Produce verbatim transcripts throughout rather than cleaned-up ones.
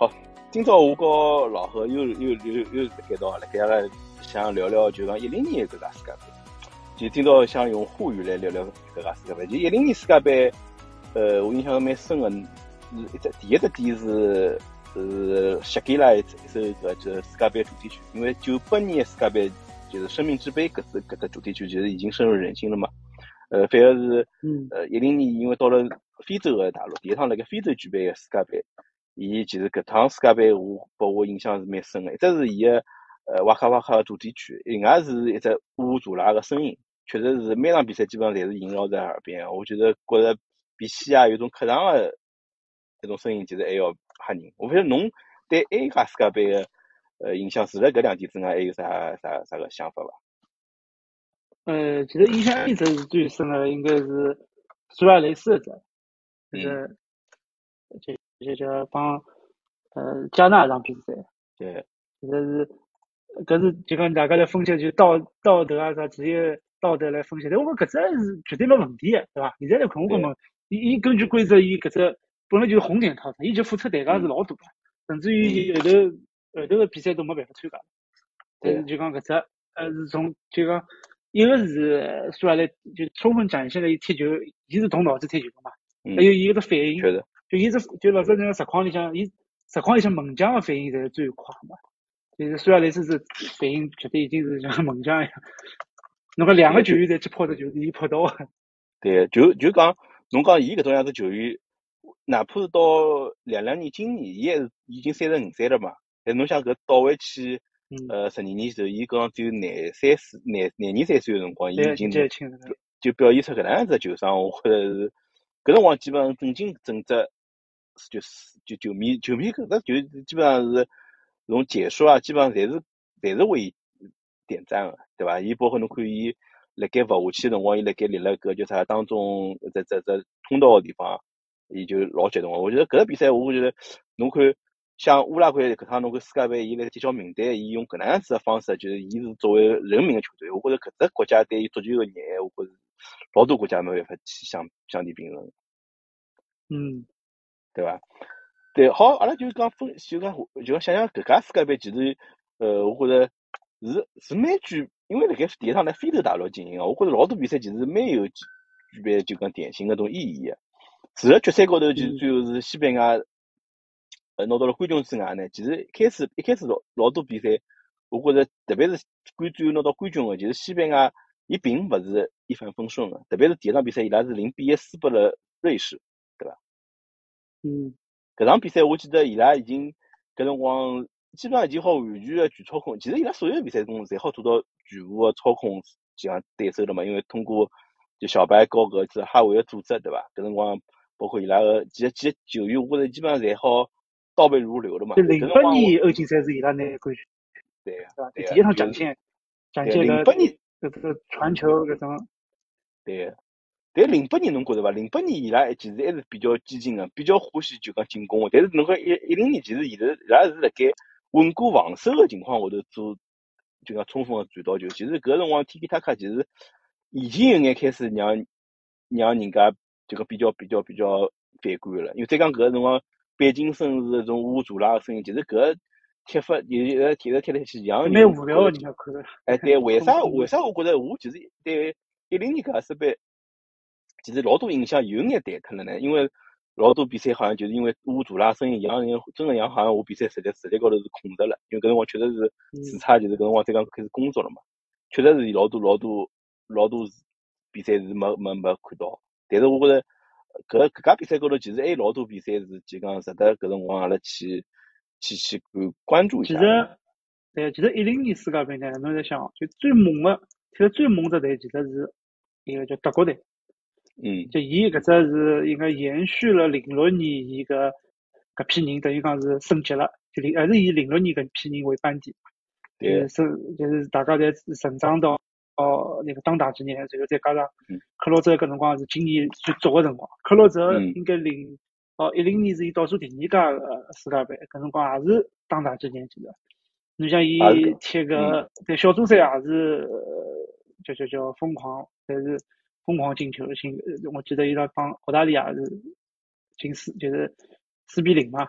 好，今朝我和老何又又又又辣盖到辣盖阿拉想聊聊，就讲一零年搿届世界杯。就今朝想用沪语来聊聊搿届世界杯。就一零年世界杯，呃，我印象蛮深个，是一只第一只点是是写给了一首搿就是世界杯主题曲，因为九八年的世界杯就是生命之杯搿只搿只主题曲其实已经深入人心了嘛。呃，反而是呃一零年因为到了非洲个大陆，第一趟辣盖非洲举办个世界杯。伊其实搿趟世界杯我拨我印象是蛮深个，一只是伊个呃哇卡哇卡个主题曲，另外是一只乌祖拉个声音，确实是每场比赛基本上侪是萦绕在耳边。我觉得觉着比西亚有种客场个那种声音，其实还要吓人。我不晓得侬对埃届世界杯个呃印象，除了搿两点之外，还有啥啥啥个想法伐？ 呃，其实印象一直是最深的，应该是苏亚雷斯的这，就是就就就帮呃加纳场比赛， 对， 其实是搿是就讲大家来分析就道道德啊啥职业道德来分析，但我觉搿只是绝对没问题的，对伐？现在来看，我觉嘛，伊伊根据规则，伊搿只本来就是红点套餐，伊就付出代价是老大的，甚至于后头后头个比赛都没办法参加。但是就讲搿只呃是从就讲一个是苏亚雷就充分展现了伊踢球，伊是动脑子踢球的嘛，还有伊个反应，就伊是就老早那个实况里向，伊实况里向猛将的反应才是最快嘛。就是苏亚雷斯是反应绝对已经是像猛将一样，侬讲两个球员在去抛的球，伊抛到。 对，就就讲侬讲伊搿种样子球员，哪怕是到两两年今年，伊还是已经三十五岁了嘛。但侬想搿倒回去，呃，十二年前头，伊讲只有廿三岁、廿廿二三岁个辰光，伊已经就表现出搿能样子球商，我觉着是搿辰光基本上震惊整只就是就球迷球迷搿只就基本上是从解说啊，基本上侪是侪是为伊点赞个，对伐？伊包括侬看伊辣盖勿下去个辰光，伊辣盖立辣搿叫啥当中这这这通道个地方，伊就老激动个。我觉得搿个比赛，我觉得侬看像乌拉圭搿趟侬看世界杯，伊辣揭晓名单，伊用搿能样子个方式，就是伊是作为人民个球队，我觉着搿只国家对于足球个热爱，我觉着老多国家没办法去相相提并论。 嗯， 对伐？对，好，阿拉就讲分，就讲就讲想想搿届世界杯，其实呃，我觉着是是蛮具，因为辣盖第一趟辣非洲大陆进行个，我觉着老多比赛其实蛮有具具备就讲典型个种意义个。除了决赛高头，就最后是西班牙呃拿到了冠军之外呢，其实一开始一开始老老多比赛，我觉着特别是冠最后拿到冠军个，其实西班牙伊并勿是一帆风顺个，特别是第一场比赛伊拉是零比一输拨了瑞士，对伐？ 嗯， 搿场比赛我记得伊拉已经搿辰光基本上已经好完全个全操控，其实伊拉所有比赛中侪好做到全部个操控像对手了嘛，因为通过就小白和搿只哈维个组织，对伐？搿辰光包括伊拉个几个几个球员，我觉着基本上侪好倒背如流了嘛。 就零八年欧锦赛是伊拉拿冠军， 对个， 对第一场展现展现了零八年搿个传球搿种。 对个。但零八年侬觉着伐？零八年伊拉其实还是比较激进个，比较欢喜就讲进攻个。但是侬看一一零年，其实伊拉伊拉是辣盖稳固防守个情况下头做，就讲充分个传导球。其实搿辰光 Tiki Taka 其实已经有眼开始让让人家就讲比较比较比较反感了。因为再讲搿辰光背景声是种乌祖拉个声音，其实搿踢法有一个踢着踢来去让人蛮无聊个，你要看着。 哎，对，为啥为啥我觉着我其实对一零年搿届世杯。其实老多印象有眼淡脱了呢，因为老多比赛好像就是因为乌祖拉声音让人真个让好像我比赛实力实力高头是控制了，因为搿辰光确实是时差，就是搿辰光才刚开始工作了嘛，确实是老多老多老多比赛是没没没看到，但是我觉着搿搿家比赛高头其实还有老多比赛是就讲值得搿辰光阿拉去去去关关注一下。 其实，对，其实一零年世界杯呢，侬在想，就最猛个，其实最猛只队其实是一个叫德国队。 嗯， 就伊搿只是应该延续了零六年伊个搿批人，等于讲是升级了，就零还是以零六年搿批人为班底，就是升就是大家在成长到哦那个当打之年，然后再加上克洛泽搿辰光是经验最足个辰光，克洛泽应该零哦一零年是伊倒数第二届个世界杯，搿辰光也是当打之年记得。侬像伊踢个在小组赛也是叫叫叫疯狂，但是。疯狂进球，进我记得伊拉帮澳大利亚是进四，就是四比零嘛。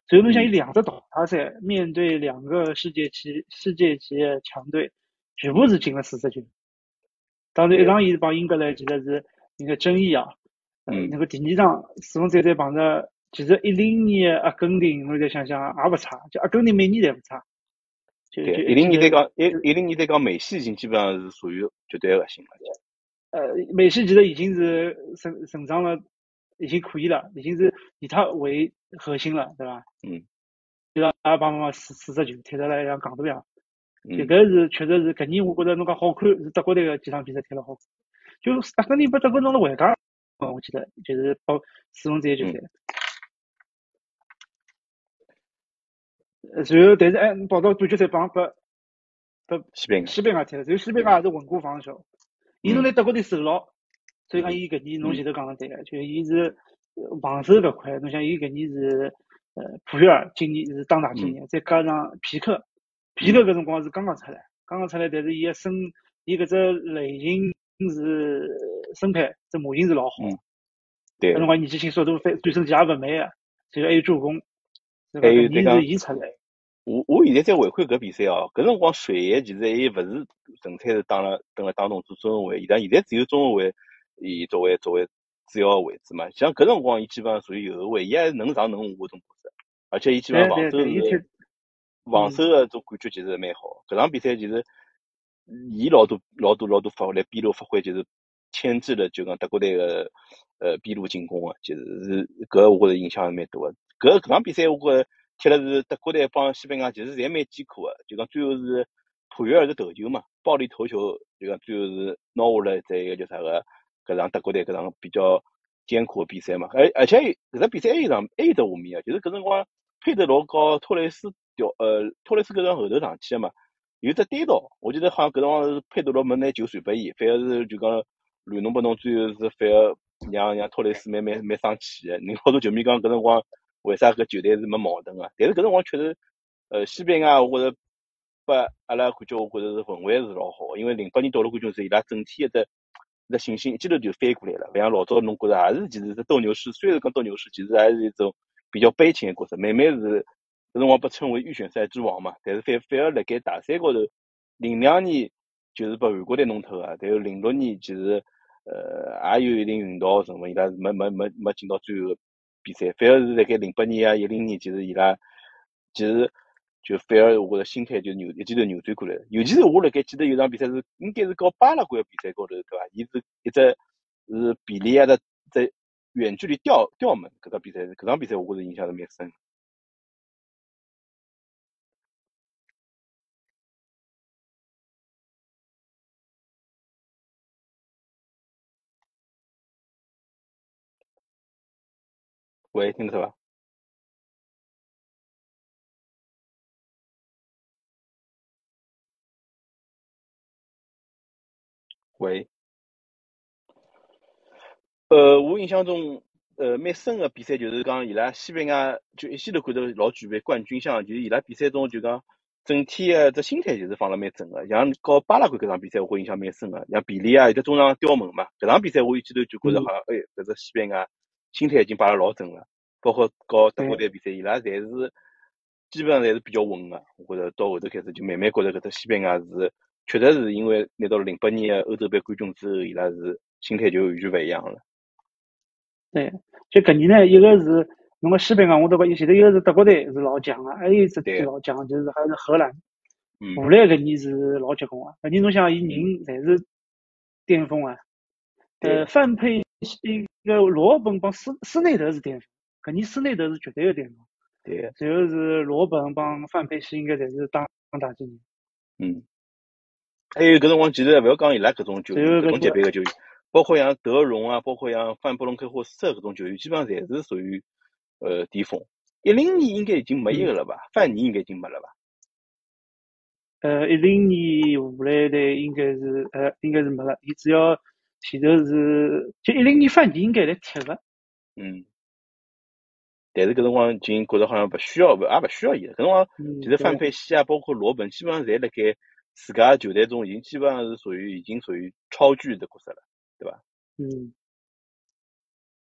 所以侬想伊嗯， 两只淘汰赛面对两个世界级世界级的强队，全部是进了四十球。当然，一对， 场伊是帮英格兰，其实是应该争议啊。呃， 嗯， 那个第二场四分之一队碰着，其实一零年阿根廷，侬再想想也勿差，就阿根廷每年侪勿差，就对， 就一记头， 一零年代讲一一零年代讲梅西已经基本上是属于绝对核心了。 呃，梅西其实已经是成成长了，已经可以了，已经是以他为核心了，对吧？ 嗯就让阿巴马四四十球踢得来像戆大样，就嗯， 搿是确实是搿年我觉着侬讲好看是德国队个几场比赛踢了好看，就阿根廷把德国弄了回家，我记得就是到四分之一决赛。 嗯， 呃然后但是哎，跑到半决赛帮把把西班牙， 西班牙踢了，然后西班牙也是稳固防守，伊侬嗯拿德国队守牢，所以讲嗯伊搿年侬嗯前头讲的对个，就伊是呃防守搿块，侬想伊搿年是呃普约尔今年是当打之嗯年，再加上皮克，皮克嗯， 搿辰光是刚刚出来，刚刚出来，但是伊个身伊搿只类型是身材，这模型是老好， 嗯，对个， 搿辰光年纪轻，速度飞转身技也勿慢个，然后还有助攻，对伐？搿还有再讲。 年是伊出来。 我我现在再回看搿比赛哦，搿辰光水爷其实还勿是纯粹是当了等了当中做中后卫，现在现在只有中后卫以作为作为主要位置嘛。像搿辰光伊基本上属于右后卫，伊还能上能下搿种角色，而且伊基本上防对对对，伊踢， 守是防嗯， 守个种感觉其实蛮好。搿场比赛其实伊老多老多老多发挥来边路发挥，就是牵制了就讲德国队个呃边路进攻个，其实是搿我觉着影响是蛮大个。搿搿场比赛我觉着。踢了是德国队帮西班牙，其实侪蛮艰苦个，就讲最后是普约尔个头球嘛，暴力头球，就讲最后是拿下来这一个叫啥个，搿场德国队搿场比较艰苦个比赛嘛。而而且搿只比赛还有一场还有只画面啊，就是搿辰光佩德罗和托雷斯调呃托雷斯搿场后头上去个嘛，有只单刀，我记得好像搿辰光是佩德罗没拿球传拨伊，反而是就讲乱弄拨弄，最后是反而让让托雷斯蛮蛮蛮生气个。人好多球迷讲搿辰光。为啥搿球队是没矛盾个？但是搿辰光确实，呃，西班牙我觉着拨阿拉感觉，我觉着是氛围是老好，因为零八年到了冠军赛，伊拉整体一只一只信心一记头就翻过来了。勿像老早侬觉着也是，其实是斗牛士，虽然讲斗牛士，其实还是一种比较悲情的角色。慢慢是搿辰光被称为预选赛之王嘛，但是反反而辣盖大赛高头，零两年就是被韩国队弄脱个，但是零六年其实呃也有一定运道成分，伊拉是没没没没进到最后。比赛，反而是辣盖零八年啊、一零年，其实伊拉其实就反而我觉着心态就扭一记头扭转过来了。尤其是我辣盖记得有场比赛是应该是搞巴拉圭比赛高头，对伐？伊是一只是比利亚的在远距离吊吊门搿场比赛，搿场比赛我觉着印象是蛮深。喂，听得到伐？喂。呃，我印象中，呃，蛮深个比赛就是讲伊拉西班牙就一记头看到老具备冠军相，就是伊拉比赛中就讲整体个只心态就是放了蛮正个。像搞巴拉圭搿场比赛，我印象蛮深个。像比利亚有的中场刁门嘛，搿场比赛我一记头就觉着嗯， 好像，哎，搿只西班牙心态已经摆了老正了。包括搞德国对， 队比赛，伊拉侪是基本上侪是比较稳个。我觉着到后头开始就慢慢觉着搿只西班牙是确实是因为拿到了零八年个欧洲杯冠军之后，伊拉是心态就完全勿一样了。 对，就搿年呢，一个是侬个西班牙，我都讲，前头一个是德国队是老强个，还有一只队对， 老强，就是还是荷兰。 嗯荷兰搿年是老结棍个，搿年侬想，伊人嗯， 侪是巅峰啊。呃， 对范佩西、个罗尔本帮斯斯内德是巅峰，搿年斯内德是绝对个巅峰。 对， 然后是罗本帮范佩西应该侪是当当打之年。 嗯，还有搿辰光其实勿要讲伊拉搿种球员，搿种级然后搿个别个球员，包括像德容啊，包括像范布隆克霍斯特搿种球员，基本上侪是属于呃巅峰。一零年应该已经没一嗯个了吧？范尼应该已经没了吧？ 呃一零年荷兰队应该是呃应该是没了，伊主要前头是就一零年范迪应该来踢个。 嗯，但是搿辰光已经觉着好像勿需要，勿也勿需要伊了。搿辰光其嗯， 实范对， 佩西啊，包括罗本，基本上侪辣盖自家球队中已经基本上是属于已经属于超巨的角色了，对伐？ 嗯。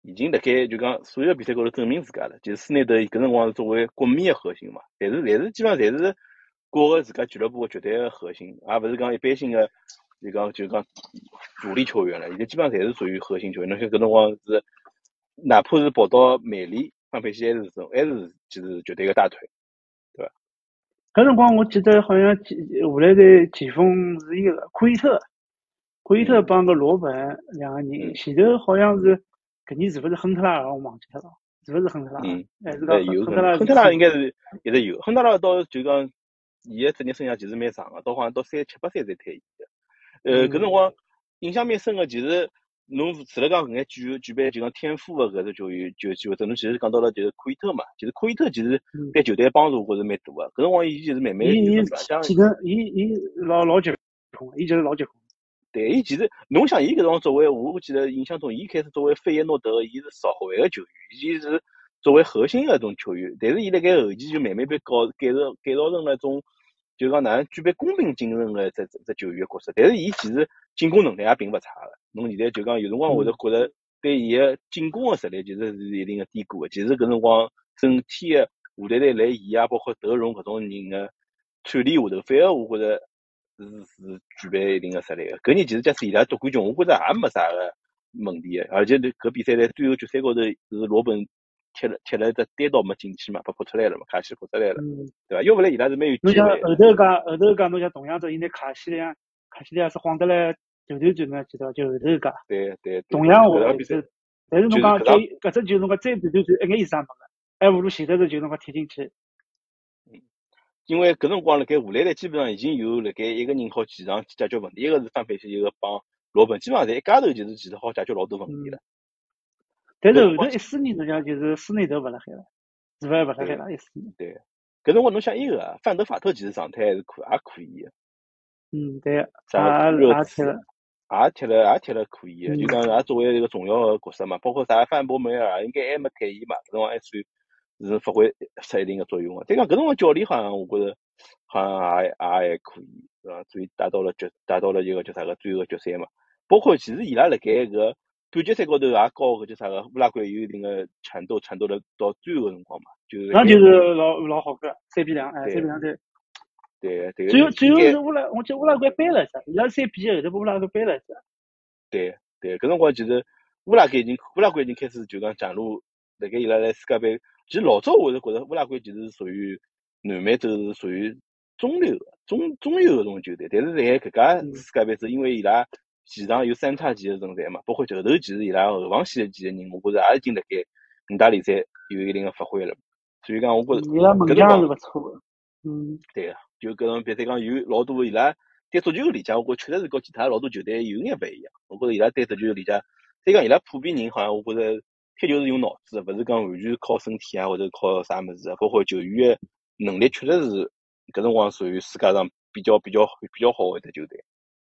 已经辣盖就讲所有的比赛高头证明自家了。就是施内德搿辰光是作为国米的核心嘛，但是但是基本上侪是各个自家俱乐部的绝对的核心，而勿是讲一般性的就讲就讲主力球员了。现在基本上侪是属于核心球员。侬像搿辰光是，哪怕是跑到曼联，范佩西还是种还是就是绝对个大腿，对伐？ 搿辰光我记得好像前下来的前锋是一个库伊特，库伊特帮个罗本两个人，前头好像是搿年是勿是亨特拉尔，我忘记脱了，是勿是亨特拉尔？ 嗯， 还是讲有亨特拉尔？ 亨特拉尔应该是一直有，亨特拉尔到就讲伊个职业生涯其实蛮长个，到好像到三七八岁才退役的。呃，搿辰光印象蛮深个，其实侬除了讲搿眼具具备就讲天赋个搿只球员，就就侬其实讲到了就是库伊特嘛，其实库伊特其实对球队帮助我觉着蛮大个。搿辰光伊就是慢慢伊伊像其实伊伊老老结棍，伊就是老结棍。 对，伊其实侬想，伊搿辰光作为，我记得印象中，伊开始作为费耶诺德，伊是少后卫个球员，伊是作为核心个种球员。但是伊辣盖后期就慢慢被搞改造改造成了种，就讲哪能具备工兵精神个只只只球员角色。但是伊其实进攻能力也并勿差个。侬现在就讲有辰光会得觉着对伊个进攻个实力其实是一定个低估个。其实搿辰光整体个华队队来伊啊，包括德容搿种人个串联下头，反而我觉着。是是具备一定的实力的。搿年其实假使伊拉夺冠军，我觉着也没啥个问题的。而且搿比赛在最后决赛高头是罗本踢了踢了一只单刀没进去嘛，被扑出来了嘛，卡西扑出来了， 嗯、 对伐？要勿然伊拉是蛮有机会。 侬像后头讲后头讲，侬像同样子，现在卡西利亚卡西利亚是晃得来团团转呢，记得就后头讲。 对对。 同样搿场比赛， 但是侬讲就搿只球侬讲再团团转一眼意思也没个，还不如前头只球侬讲踢进去。 嗯。因为搿辰光辣盖荷兰队基本上已经有辣盖一个人好前场解决问题，一个是范佩西，一个帮罗本，基本上侪一家头就是其实好解决老多问题了。 嗯、但是后头一四年侬讲就是施内德勿辣海了，是勿是勿辣海了？一四年。 对。搿辰光侬想一个范德法特其实状态还是可也可以个。 嗯，对。 啥热刺也踢了也踢了可以个，就讲也作为一个重要个角色嘛，包括啥范博梅尔应该还没退役嘛，搿辰光还算是发挥出一定个作用个。再讲搿辰光教练好像我觉着好像也也还可以，对伐？所以打到了决打到了一个叫啥个最后个决赛嘛。包括其实伊拉辣盖搿半决赛高头也告搿叫啥个乌拉圭有一定个缠斗，缠斗了到最后个辰光嘛，就是那就是老老好个三比两，哎，三比两对。 对对。 最后最后是乌拉，我记得乌拉圭扳了一下，伊拉三比一后头把乌拉圭扳了一下。 对对，搿辰光其实乌拉圭已经乌拉圭已经开始就讲展露辣盖伊拉来世界杯。其实老早我是觉着乌拉圭其实是属于南美洲是属于中流个中中游个种球队，但是辣搿家世界杯是因为伊拉前场有三叉戟个存在嘛，包括后头其实伊拉后防线几个人，我觉着也已经辣盖五大联赛有一定个发挥了。所以讲，我觉着伊拉门将是勿错个。嗯， 对个，就搿种比赛讲有老多伊拉对足球个理解，我觉着确实是跟其他老多球队有眼勿一样。我觉着伊拉对足球个理解，再讲伊拉普遍人好像我觉着踢球是用脑子个，勿是讲完全靠身体啊或者靠啥物事啊，包括球员个能力确实是搿辰光属于世界上比较比较比较好个一支球队。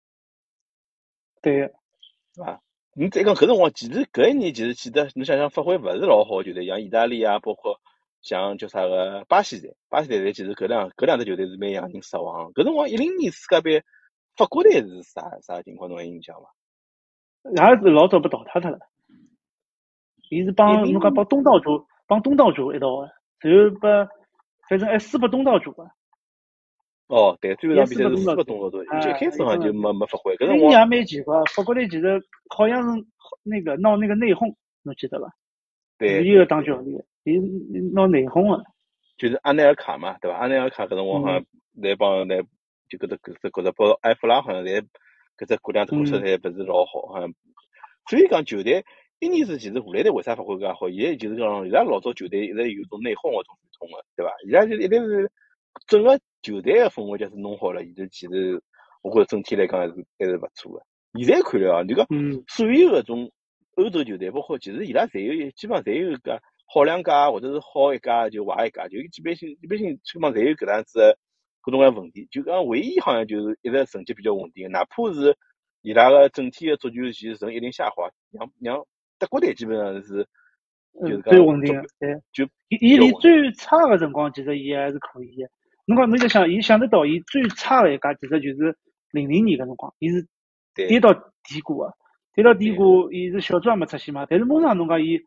对个， 是伐？你再讲搿辰光，其实搿一年其实记得侬想想发挥勿是老好个球队，像意大利啊，包括像叫啥个巴西队，巴西队队其实搿两搿两支球队是蛮让人失望。搿辰光一零年世界杯，法国队是啥啥情况？侬有印象伐？ 也是老早被淘汰脱了。伊是帮侬讲帮东道主帮东道主一道个，然后把反正还输拨东道主个。 哦，对，最后场比赛是输拨东道主，一开始好像就没没发挥。搿辰光也蛮奇怪，法国队其实好像是那个闹那个内讧，侬记得伐？ 对， 伊个当教练，伊闹内讧个。 就是阿内尔卡嘛，对伐？阿内尔卡搿辰光好像来帮来就搿只搿只觉着包括埃弗拉好像侪搿只搿两只角色侪勿是老好，好像。所以讲球队一年是其实荷兰队为啥发挥介好？伊拉就是讲伊拉老早球队一直有种内讧个种传统个，对伐？伊拉就一定是整个球队个氛围假是弄好了，伊就其实我觉着整体来讲还是还是勿错个。现在看来啊，你讲所有个种欧洲球队，包括其实伊拉侪有基本上侪有个好两家或者是好一家就坏一家，就一般性一般性基本上侪有搿样子个各种各问题。就讲唯一好像就是一直成绩比较稳定，哪怕是伊拉个整体个足球其实呈一定下滑，让让德国队基本上是就是最稳定个，对， 就伊离最差个辰光其实伊还是可以个。侬讲侬就想，伊想得到伊最差个一家，其实就是零零年个辰光，伊是跌到低谷个，跌到低谷，伊是小组也没出线嘛。但是马上侬讲伊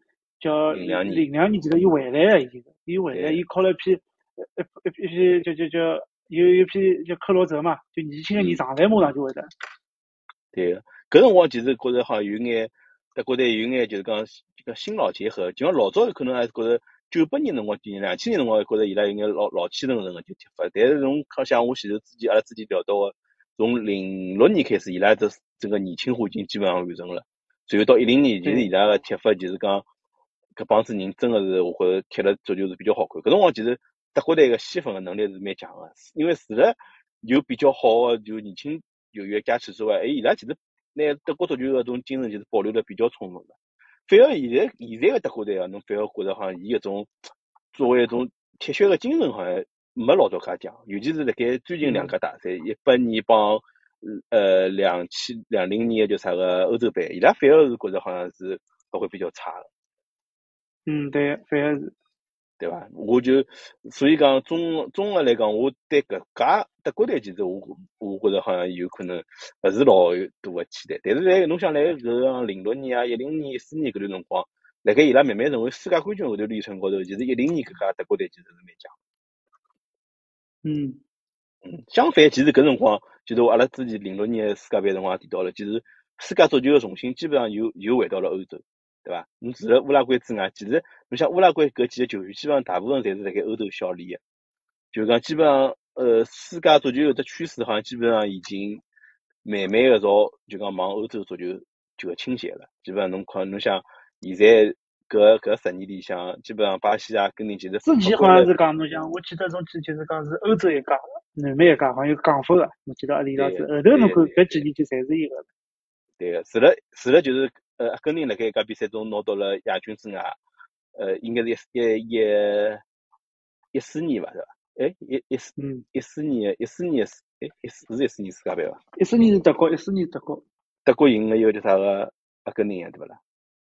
叫零两年， 零两年记得伊回来了，已经，伊回来， 对伊考了一批一一一批叫叫叫有有一批叫克罗泽嘛，就年轻的人嗯， 上来马上就会得。 对个。搿辰光其实觉着好像有眼，德国队有眼就是讲这个新老结合，就像老早可能还是觉着九八年辰光第两千年辰光觉着伊拉有眼老老气腾腾个就踢法，但是从看像我前头之前阿拉之前聊到个，从零六年开始，伊拉这整个年轻化已经基本上完成了。随后到一零年，其实伊拉个踢法就是讲，搿帮子人真个是我觉着踢了足球是比较好看。搿辰光其实德国队个吸粉个能力是蛮强个，因为除了有比较好个就年轻球员加持之外，哎，伊拉其实拿德国足球个种精神其实保留得比较充分个。反而现在现在个德国队啊，侬反而觉着好像伊搿种作为一种铁血个精神，好像没老早介强。尤其是辣盖最近两届大赛，一八年帮呃两千两零年个叫啥个欧洲杯，伊拉反而是觉着好像是发挥比较差个。 嗯，对，反而是。 对伐？我就所以讲综综合来讲，我对搿家德国队其实我我觉着好像有可能勿是老有大个期待。但是来侬想来搿个零六年啊、一零年、一四年搿段辰光，辣盖伊拉慢慢成为世界冠军后头历程高头，其实一零年搿家德国队其实是蛮强。 嗯嗯，相反，其实搿辰光，就是阿拉之前零六年世界杯辰光也提到了，其实世界足球个重心基本上又又回到了欧洲，对伐？侬除了乌拉圭之外，其实侬像乌拉圭搿几个球员，基本上大部分侪是辣盖欧洲效力个，就是讲基本上，呃，世界足球有只趋势，好像基本上已经慢慢个朝就讲往欧洲足球就个倾斜了。基本上侬看，侬像现在搿搿十年里向，基本上巴西啊、跟你其实之前好像是讲侬像，我记得从前就是讲是欧洲一家，南美一家，好像有讲法个。我记得阿里老师后头侬看搿几年就侪是一个。 对个，除了除了就是呃，阿根廷辣盖一家比赛中拿到了亚军之外，呃，应该是一一一一四年伐，是伐？哎，一一四嗯， 一四年一四年哎一四是一四年世界杯伐？ 一四年是德国，一四年德国。 德国赢了一个叫啥个阿根廷，对勿啦？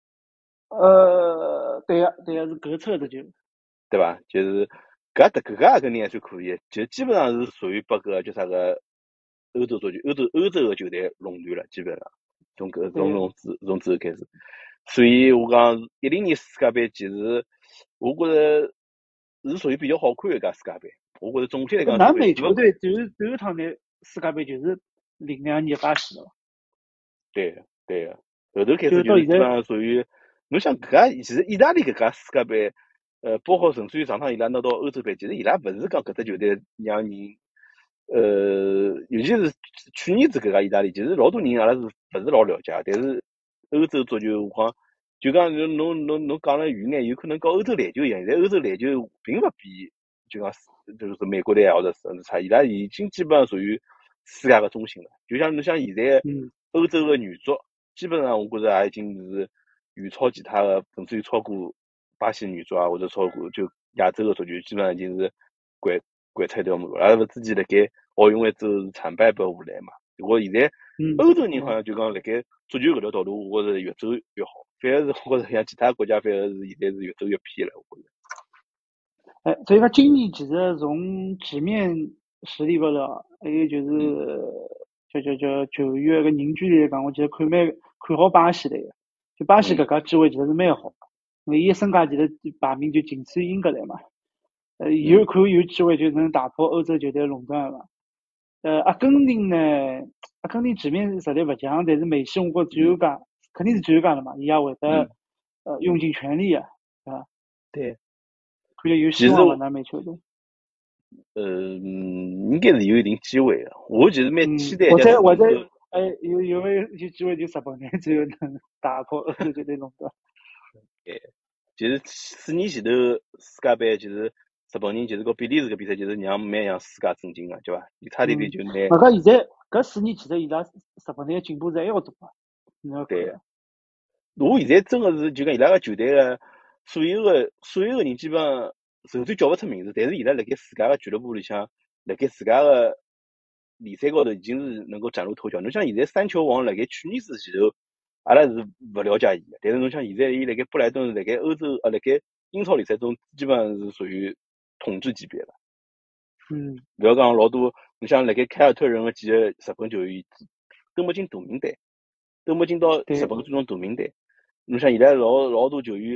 呃，对个，对个，是搿侧的就。 对伐？就是搿德搿个阿根廷还算可以，就基本上是属于拨搿叫啥个欧洲足球、欧洲欧洲个球队垄断了，基本上从搿从从之从之后开始。所以我讲一零年世界杯，其实我觉着是属于比较好看一届世界杯。我觉着总体来讲， 南美球队最后最后趟的世界杯就是零两年巴西了。 对个对个，后头开始就是基本上属于，侬想搿家其实意大利搿家世界杯，呃，包括甚至于上趟伊拉拿到欧洲杯，其实伊拉勿是讲搿只球队让人，呃，尤其是去年子搿家意大利，其实老多人阿拉是勿是老了解，但是欧洲足球我讲，就讲侬侬侬侬讲了远眼，有可能跟欧洲篮球一样，现在欧洲篮球并勿比，就讲就是美国队啊或者甚至差，伊拉已经基本上属于世界个中心了。就像侬像现在欧洲个女足，基本上我觉着也已经是远超其他的，甚至于超过巴西女足啊，或者超过就亚洲个足球，基本上已经是贯贯彻一条马路。阿拉勿之前辣盖奥运会之后是惨败拨荷兰嘛？我现在欧洲人好像就讲辣盖足球搿条道路，我觉着越走越好，反而是我觉着像其他国家反而是现在是越走越偏了，我觉着。 哎，所以讲今年其实从纸面实力高头，还有就是叫叫叫球员个凝聚力来讲，我其实看蛮看好巴西队个。就巴西搿家机会其实是蛮好，因为伊身价其实排名就仅次于英格兰嘛。呃，有可能有机会就能打破欧洲球队垄断了。呃，阿根廷呢，阿根廷纸面实力勿强，但是梅西我觉最后讲肯定是最后讲了嘛，伊也会得呃用尽全力啊，对伐？ 对。 看来有希望伐？南美球队。 呃，应该是有一定机会的。我其实蛮期待。 或者或者，哎，有有没有有机会就日本队最后能打破欧洲球队垄断？ 哎，其实四年前头世界杯，其实日本人就是个比利时个比赛，就是让蛮让世界震惊个，对伐？伊差点点就拿。 搿现在搿四年其实伊拉日本队进步是还要大啊。 对。我现在真个是就讲伊拉个球队个所有个所有个人基本上甚至叫勿出名字，但是伊拉辣盖自家个俱乐部里向，辣盖自家个联赛高头已经是能够崭露头角。侬像现在三球王辣盖去年子前头，阿拉是勿了解伊个，但是侬像现在伊辣盖布莱顿，辣盖欧洲呃辣盖英超联赛中，基本上是属于统治级别了。 嗯。 勿要讲老多，侬像辣盖凯尔特人个几个日本球员都没进大名单，都没进到日本最终大名单。侬像现在老老多球员，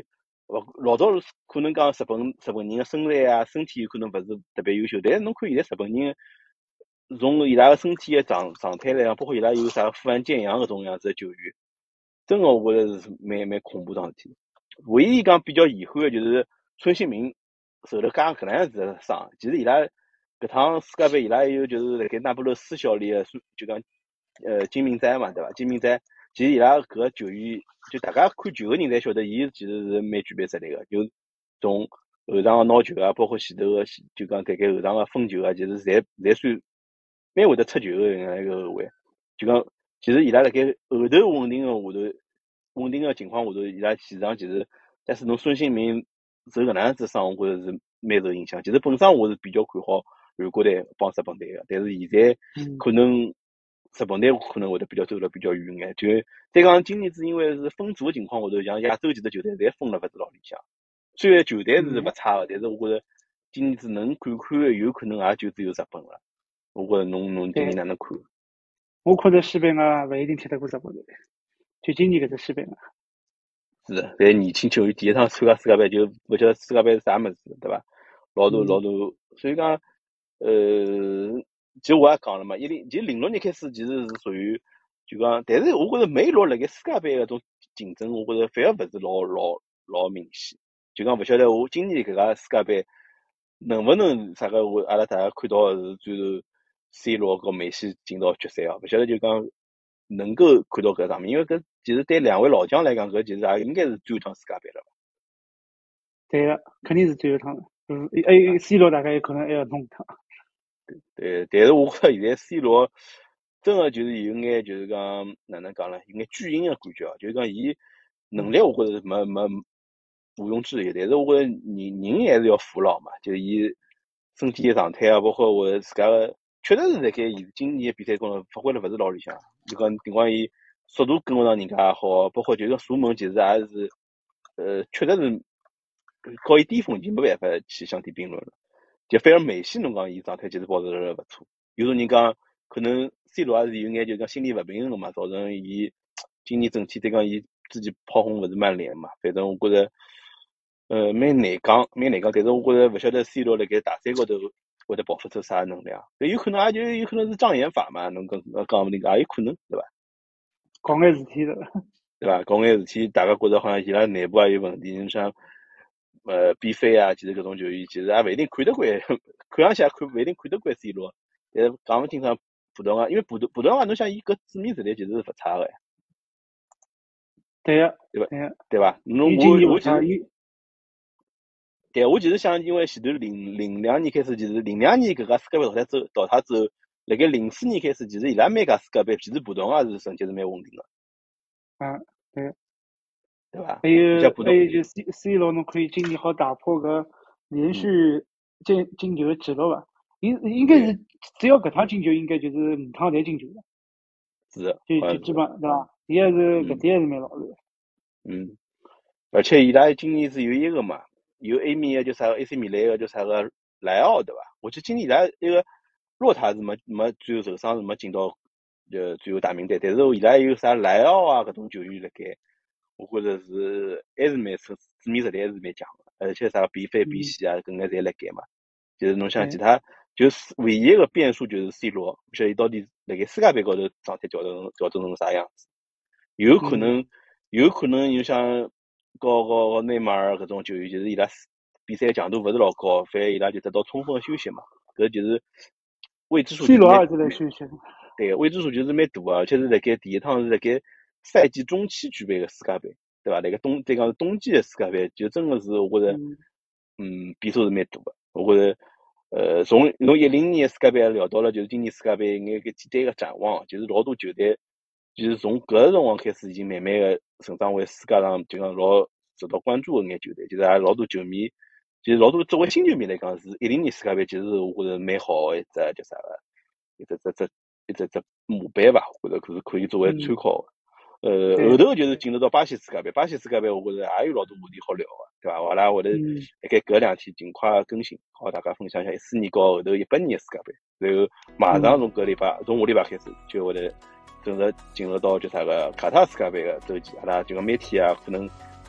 勿老早可能讲日本日本人个身材啊身体有可能勿是特别优秀，但是侬看现在日本人从伊拉个身体个状状态来讲，包括伊拉有啥富安健洋搿种样子个球员，真个我觉着是蛮蛮恐怖桩事体。唯一讲比较遗憾个就是孙兴民受了介搿能样子个伤，其实伊拉搿趟世界杯伊拉还有就是辣盖那不勒斯效力个就讲呃金明斋嘛，对伐？金明斋其实伊拉搿个球员就大家看球个人侪晓得，伊其实是蛮具备实力个，就从后场个拿球啊，包括前头个就讲盖盖后场个分球啊，其实侪侪算蛮会得出球个一个后卫。就讲其实伊拉辣盖后头稳定个下头稳定个情况下头，伊拉前场其实，但是侬孙兴民受搿能样子伤，我觉着是蛮受影响。其实本身我是比较看好韩国队帮日本队个，但是现在可能日本队可能会得比较走了比较远眼。就再讲今年子因为是分组个情况下头，像亚洲几只球队侪分了勿是老理想。虽然球队是勿差个，但是我觉着今年子能看看个有可能也就只有日本了。我觉着侬侬今年哪能看？ 我觉着西班牙勿一定踢得过日本队，就今年搿只西班牙。 是的，但年轻球员第一趟参加世界杯就勿晓得世界杯是啥物事，对伐？老大老大，所以讲，呃，其实我也讲了嘛，一零其实零六年开始其实是属于就讲，但是我觉着每一轮辣盖世界杯搿种竞争，我觉着反而勿是老老老明显。就讲勿晓得我今年搿个世界杯能勿能啥个我阿拉大家看到是最后 C 罗和梅西进到决赛啊？勿晓得就讲能够看到搿场面，因为搿其实对两位老将来讲，搿其实也应该是最后趟世界杯了吧？ 对个，肯定是最后趟了。嗯，还有 C 罗大概有可能还要弄一趟。 对，但是我觉着现在 C 罗真个就是有眼就是讲哪能讲呢？有眼巨婴个感觉啊，就是讲伊能力我觉着没没毋庸置疑，但是我觉着人人还是要服老嘛，就是伊身体个状态啊，包括我自家个，确实是辣盖伊今年个比赛中发挥了勿是老理想。就讲尽管伊速度跟勿上人家也好，包括就是讲射门其实也是呃，确实是和伊巅峰已经没办法去相提并论了。就反而梅西侬讲伊状态其实保持了勿错，有种人讲可能 C 罗也是有眼就讲心理勿平衡个嘛，造成伊今年整体再讲伊自己炮轰勿是曼联嘛，反正我觉着呃蛮难讲，蛮难讲。但是我觉着勿晓得 C 罗辣盖大赛高头会得爆发出啥能量，有可能也就有可能是障眼法嘛，侬讲讲勿定也有可能，对伐？ 搞眼事体的， 对伐？搞眼事体，大家觉着好像伊拉内部也有问题，你像。呃，边飞啊，其实搿种球员其实也勿一定看得惯，看上去也看勿一定看得惯 C 罗，但是讲勿清爽葡萄牙，因为葡萄葡萄牙侬想伊搿纸面实力其实是勿差个， 对个， 对伐？ 对个， 对伐？侬我我其实，对，我其实想，因为前头零零两年开始，其实零两年搿个世界杯淘汰之淘汰之后，辣盖零四年开始，其实伊拉每届世界杯，其实葡萄牙是成绩是蛮稳定个。 啊，对。 对伐？ 还有还有就 C C 罗，侬可以今年好打破搿连续进进球的记录伐？应应该是只要搿趟进球，应该就是五趟侪进球了。 是的， 就就基本对伐？伊还是搿点还是蛮牢固的。 嗯，而且伊拉今年是有一个嘛，有 A 米个叫啥个 A C 米兰个叫啥个莱奥对伐？我记得今年伊拉一个洛塔是没没最后受伤是没进到呃最后大名单，但是伊拉有啥莱奥啊搿种球员辣盖。我觉着是还是蛮出纸面实力还是蛮强的，而且啥边飞边线啊，搿眼侪辣盖嘛。就是侬想其他，就是唯一一个变数就是 C 罗，不晓得伊到底辣盖世界杯高头状态调整调整成啥样子。有可能，有可能就像高高内马尔搿种球员，就是伊拉比赛强度勿是老高，反而伊拉就得到充分休息嘛。搿就是未知数。 C 罗也是来休息。 对，未知数就是蛮大个，而且是辣盖第一趟是辣盖。赛季中期举办个世界杯，对伐？那个冬再讲是冬季个世界杯，就真个是我觉着，嗯，变数是蛮大个。我觉着，呃，从从一零年个世界杯聊到了，就是今年世界杯眼个简单个展望，就是老多球队，就是从搿个辰光开始，已经慢慢个成长为世界上就讲老受到关注个眼球队，就是也老多球迷，其实老多作为新球迷来讲，是一零年世界杯，其实我觉着蛮好个一只叫啥个，一只只只一只只模板伐？或者可是可以作为参考个。呃，后头就是进入到巴西世界杯，巴西世界杯我觉着也有老多话题好聊个，对伐？阿拉会头辣盖搿两天尽快更新，好大家分享一下一四年和后头一八年个世界杯，然后马上从搿礼拜，从下礼拜开始就会头正式进入到叫啥个卡塔世界杯个周期，阿拉就讲每天啊可能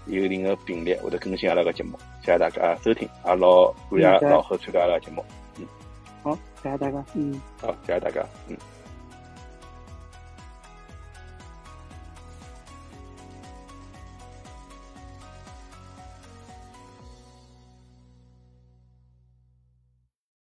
有一定的频率会得更新阿拉个节目，谢谢大家收听，也老感谢老何参加阿拉个节目。嗯， 好，谢谢大家。嗯， 好，谢谢大家。嗯。